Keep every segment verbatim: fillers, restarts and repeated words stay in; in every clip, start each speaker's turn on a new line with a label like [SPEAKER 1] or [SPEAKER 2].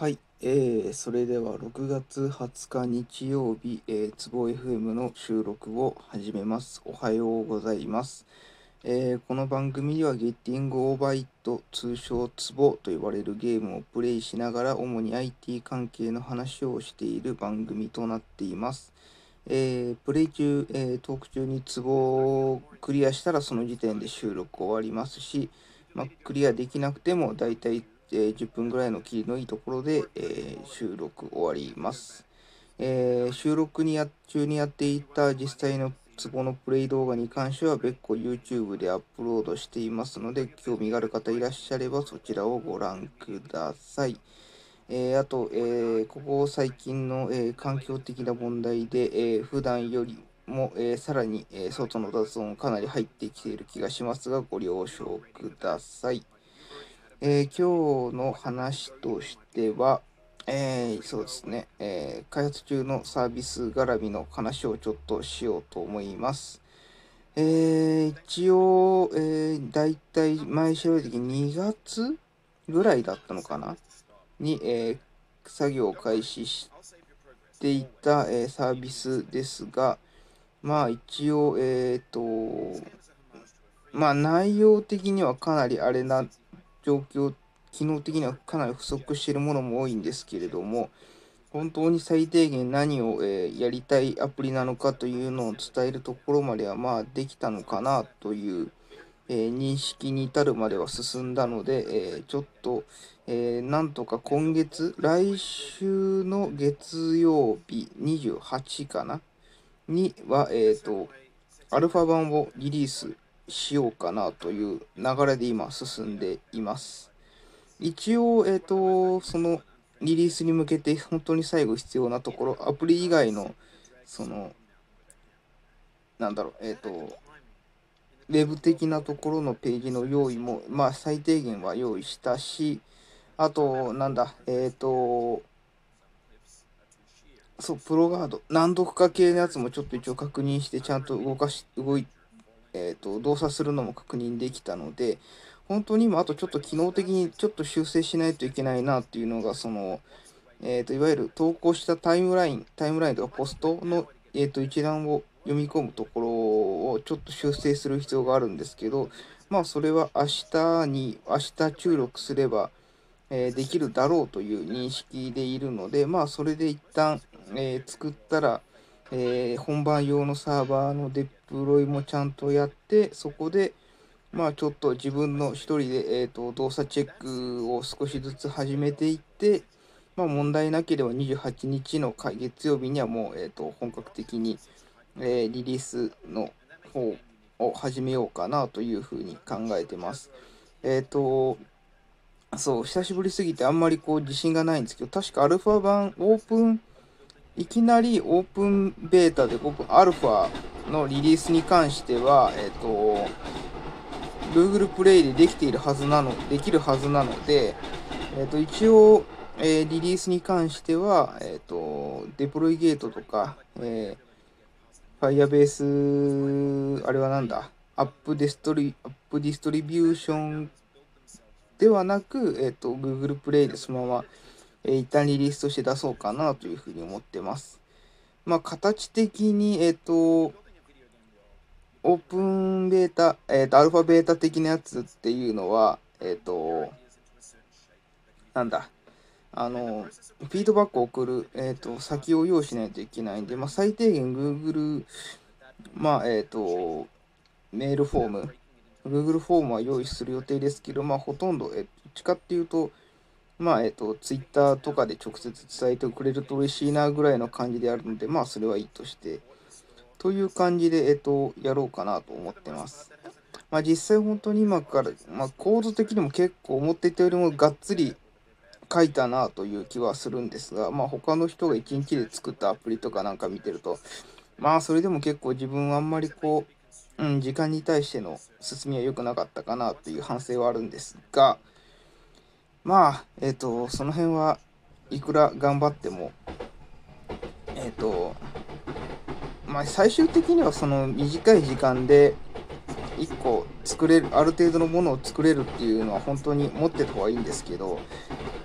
[SPEAKER 1] はい、えー、それではろくがつはつか日曜日、えー、つぼ エフエム の収録を始めます。おはようございます。えーこの番組ではゲッティングオーバーイット、通称ツボと呼ばれるゲームをプレイしながら主に アイティー 関係の話をしている番組となっています。えープレイ中、えートーク中にツボをクリアしたらその時点で収録終わりますし、まあ、クリアできなくてもだいたいえーじゅっぷんぐらいの切りのいいところで、えー収録終わります。えー収録にや中にやっていた実際のツボのプレイ動画に関しては別個 YouTube でアップロードしていますので、興味がある方いらっしゃればそちらをご覧ください。えーあと、えーここ最近の、えー環境的な問題で、えー普段よりも、えーさらに、えー外の雑音かなり入ってきている気がしますが、ご了承ください。えー今日の話としては、えーそうですね、えー開発中のサービス絡みの話をちょっとしようと思います。えー一応、えー、だいたい前調べた時にがつぐらいだったのかなに、えー作業を開始していた、えーサービスですが、まあ一応、えっと、まあ内容的にはかなりあれな状況、機能的にはかなり不足しているものも多いんですけれども、本当に最低限何を、えーやりたいアプリなのかというのを伝えるところまではまあできたのかなという、えー認識に至るまでは進んだので、えーちょっと、えーなんとか今月、来週の月曜日にじゅうはちかなには、えっと、アルファ版をリリースしようかなという流れで今進んでいます。一応、えっと、そのリリースに向けて本当に最後必要なところ、アプリ以外の、その、なんだろう、えっと、ウェブ的なところのページの用意も、まあ、最低限は用意したし、あと、なんだ、えっと、そう、プロガード、難読化系のやつもちょっと一応確認して、ちゃんと動かし、動い、えっと、動作するのも確認できたので、本当に今、あとちょっと機能的にちょっと修正しないといけないなっていうのが、その、えっと、いわゆる投稿したタイムライン、タイムラインとかポストの、えっと、一覧を読み込むところをちょっと修正する必要があるんですけど、まあ、それは明日に、明日注力すれば、えーできるだろうという認識でいるので、まあ、それで一旦、えー作ったら、えー本番用のサーバーのデプロイもちゃんとやって、そこで、まあ、ちょっと自分の一人で、えーと、動作チェックを少しずつ始めていって、まあ、問題なければにじゅうはちにちのか月曜日にはもう、えーと、本格的に、えーリリースの方を始めようかなというふうに考えてます。えっと、そう、久しぶりすぎてあんまりこう自信がないんですけど、確かアルファ版、オープン、いきなりオープンベータで、オープンアルファのリリースに関しては、えっと、Google プレイでできているはずなの、できるはずなので、えっと、一応、えーリリースに関しては、えっと、デプロイゲートとか、えー、Firebase、あれはなんだ、アップディストリ、アップディストリビューションではなく、えっと、Google プレイでそのまま、えー一旦リリースとして出そうかなというふうに思ってます。まあ、形的に、えっと、オープンベータ、えっと、アルファベータ的なやつっていうのは、えっと、なんだ、あの、フィードバックを送る、えっと、先を用意しないといけないんで、まあ、最低限 Google、まあ、えっと、メールフォーム、Google フォームは用意する予定ですけど、まあ、ほとんど、えっと、どっちかっていうと、まあ、えっと、Twitter とかで直接伝えてくれると嬉しいなぐらいの感じであるので、まあ、それはいいとして、という感じで、えっと、やろうかなと思ってます。まあ、実際本当に今から、まあ、構図的にも結構思っていたよりもがっつり書いたなという気はするんですが、まあ、他の人がいちにちで作ったアプリとかなんか見てると、まあ、それでも結構自分はあんまりこう、うん、時間に対しての進みは良くなかったかなという反省はあるんですが、まあ、えっと、その辺はいくら頑張っても、えっと、まあ、最終的にはその短い時間でいっこ作れる、ある程度のものを作れるっていうのは本当に持ってた方がいいんですけど、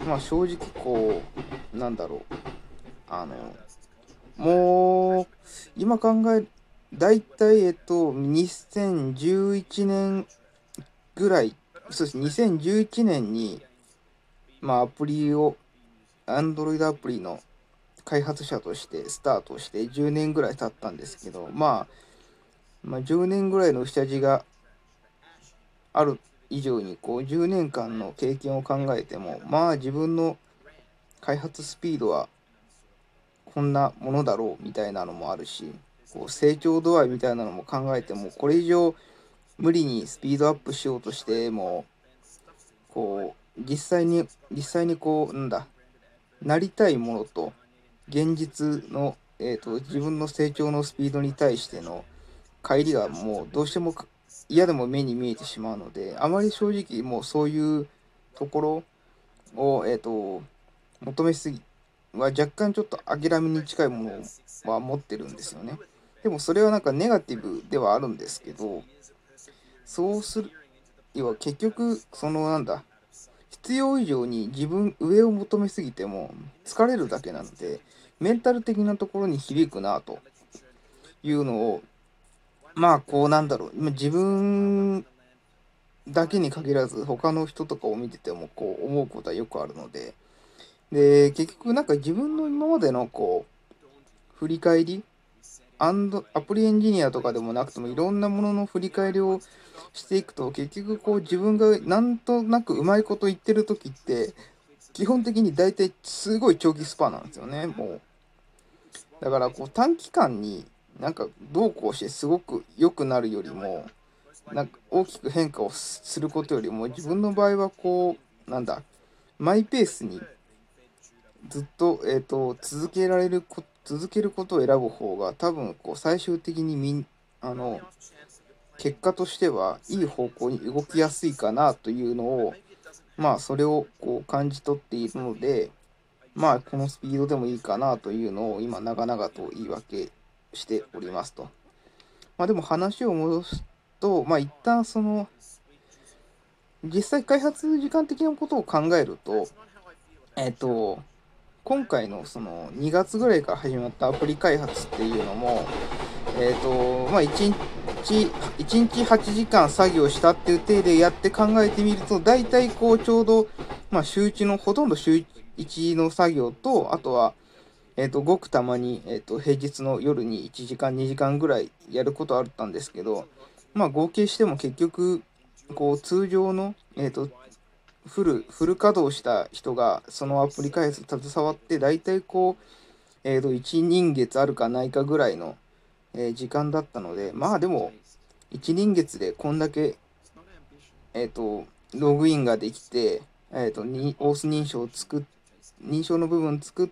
[SPEAKER 1] まあ正直こう、なんだろう、あの、もう、今考え、だいたい、えっと、にせんじゅういちねんぐらい、そうです、にせんじゅういちねんに、まあアプリを、Android アプリの開発者としてスタートしてじゅうねんぐらい経ったんですけど、まあ、まあ、じゅうねんぐらいの下地がある以上に、こう、じゅうねんかんの経験を考えても、まあ自分の開発スピードはこんなものだろうみたいなのもあるし、こう成長度合いみたいなのも考えても、これ以上無理にスピードアップしようとしても、こう、実際に、実際にこう、なんだ、なりたいものと、現実の、えーと、自分の成長のスピードに対しての乖離がもうどうしても嫌でも目に見えてしまうので、あまり正直もうそういうところを、えーと、求めすぎは若干ちょっと諦めに近いものは持ってるんですよね。でもそれはなんかネガティブではあるんですけど、そうする、要は結局、そのなんだ、必要以上に自分上を求めすぎても疲れるだけなので、メンタル的なところに響くなというのを、まあこうなんだろう、今自分だけに限らず他の人とかを見ててもこう思うことはよくあるので、で、結局なんか自分の今までのこう振り返り、アンドアプリエンジニアとかでもなくてもいろんなものの振り返りをしていくと、結局こう自分がなんとなくうまいこと言ってる時って基本的に大体すごい長期スパンなんですよね。もうだからこう短期間になんかどうこうしてすごく良くなるよりも、なんか大きく変化をすることよりも、自分の場合はこうなんだ、マイペースにずっと、えーと、続けられるこ続けることを選ぶ方が多分こう最終的にみんあの結果としてはいい方向に動きやすいかなというのを、まあそれをこう感じ取っているので、まあこのスピードでもいいかなというのを今長々と言い訳しておりますと。まあでも話を戻すと、まあ一旦その実際開発時間的なことを考えると、えっと今回のそのにがつぐらいから始まったアプリ開発っていうのも、えっと、まあ、いちにち、いちにちはちじかん作業したっていう体でやって考えてみると、大体こうちょうど、まあ、週いちの、ほとんど週いちの作業と、あとは、えっと、ごくたまに、えっと、平日の夜にいちじかん、にじかんぐらいやることあったんですけど、まあ、合計しても結局、こう、通常の、えっと、フル、フル稼働した人が、そのアプリ開発に携わって、大体こう、えっと、いちにんげつあるかないかぐらいの、えー時間だったので、まあでも、いちにんげつでこんだけ、えっと、ログインができて、えっと、にオース認証を作っ、認証の部分作って、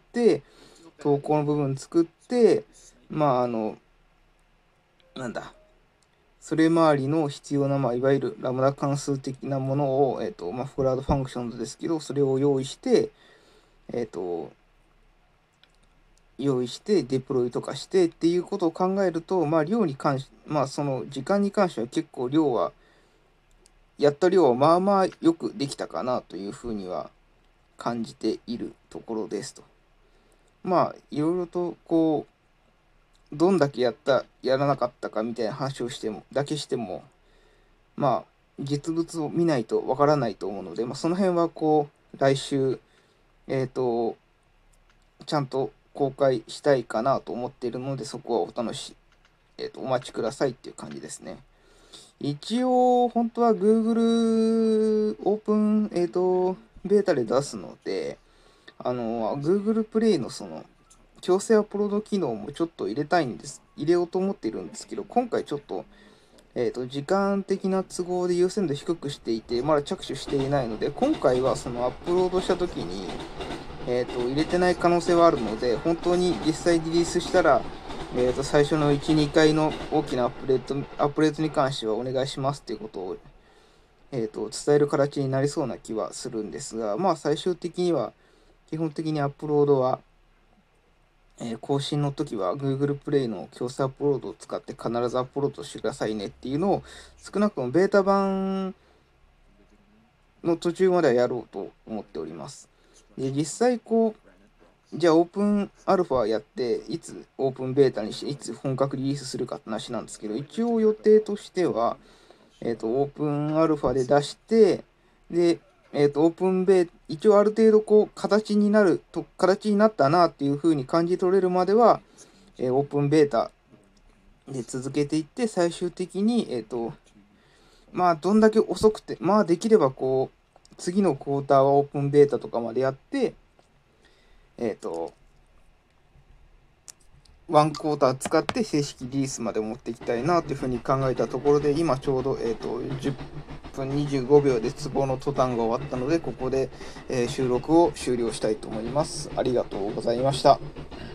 [SPEAKER 1] 投稿の部分作って、まああの、なんだ、それ周りの必要な、まあ、いわゆるラムダ関数的なものを、えっと、まあ、クラウドファンクションズですけど、それを用意して、えっと、用意してデプロイとかしてっていうことを考えると、まあ量に関し、まあその時間に関しては結構量は、やった量はまあまあよくできたかなというふうには感じているところですと。まあいろいろとこう、どんだけやった、やらなかったかみたいな話をしても、だけしても、まあ実物を見ないとわからないと思うので、まあその辺はこう、来週、えっと、ちゃんと公開したいかなと思っているので、そこはお楽しえーと、お待ちくださいっていう感じですね。一応、本当は Google オープン、えーと、ベータで出すので、あの、Google プレイのその、強制アップロード機能もちょっと入れたいんです。入れようと思っているんですけど、今回ちょっと、えーと、時間的な都合で優先度低くしていて、まだ着手していないので、今回はそのアップロードした時に、えーと、入れてない可能性はあるので、本当に実際リリースしたら、えーと、最初のいち、にかいの大きなアップデート、アップデートに関してはお願いしますっていうことを、えーと、伝える形になりそうな気はするんですが、まあ最終的には、基本的にアップロードは、えー更新の時は Google プレイの強制アップロードを使って必ずアップロードしてくださいねっていうのを、少なくともベータ版の途中まではやろうと思っております。 で、実際こう、じゃあオープンアルファやって、いつオープンベータにして、いつ本格リリースするかって話なんですけど、一応予定としては、えっと、オープンアルファで出して、で、えっと、オープンベー、一応ある程度こう、形になると、形になったなっていう風に感じ取れるまでは、えーオープンベータで続けていって、最終的に、えっと、まあ、どんだけ遅くて、まあ、できればこう、次のクォーターはオープンベータとかまでやって、えっと、ワンクォーター使って正式リリースまで持っていきたいなというふうに考えたところで、今ちょうど、えっと、じゅっぷんにじゅうごびょうでツボの登壇が終わったので、ここで、えー収録を終了したいと思います。ありがとうございました。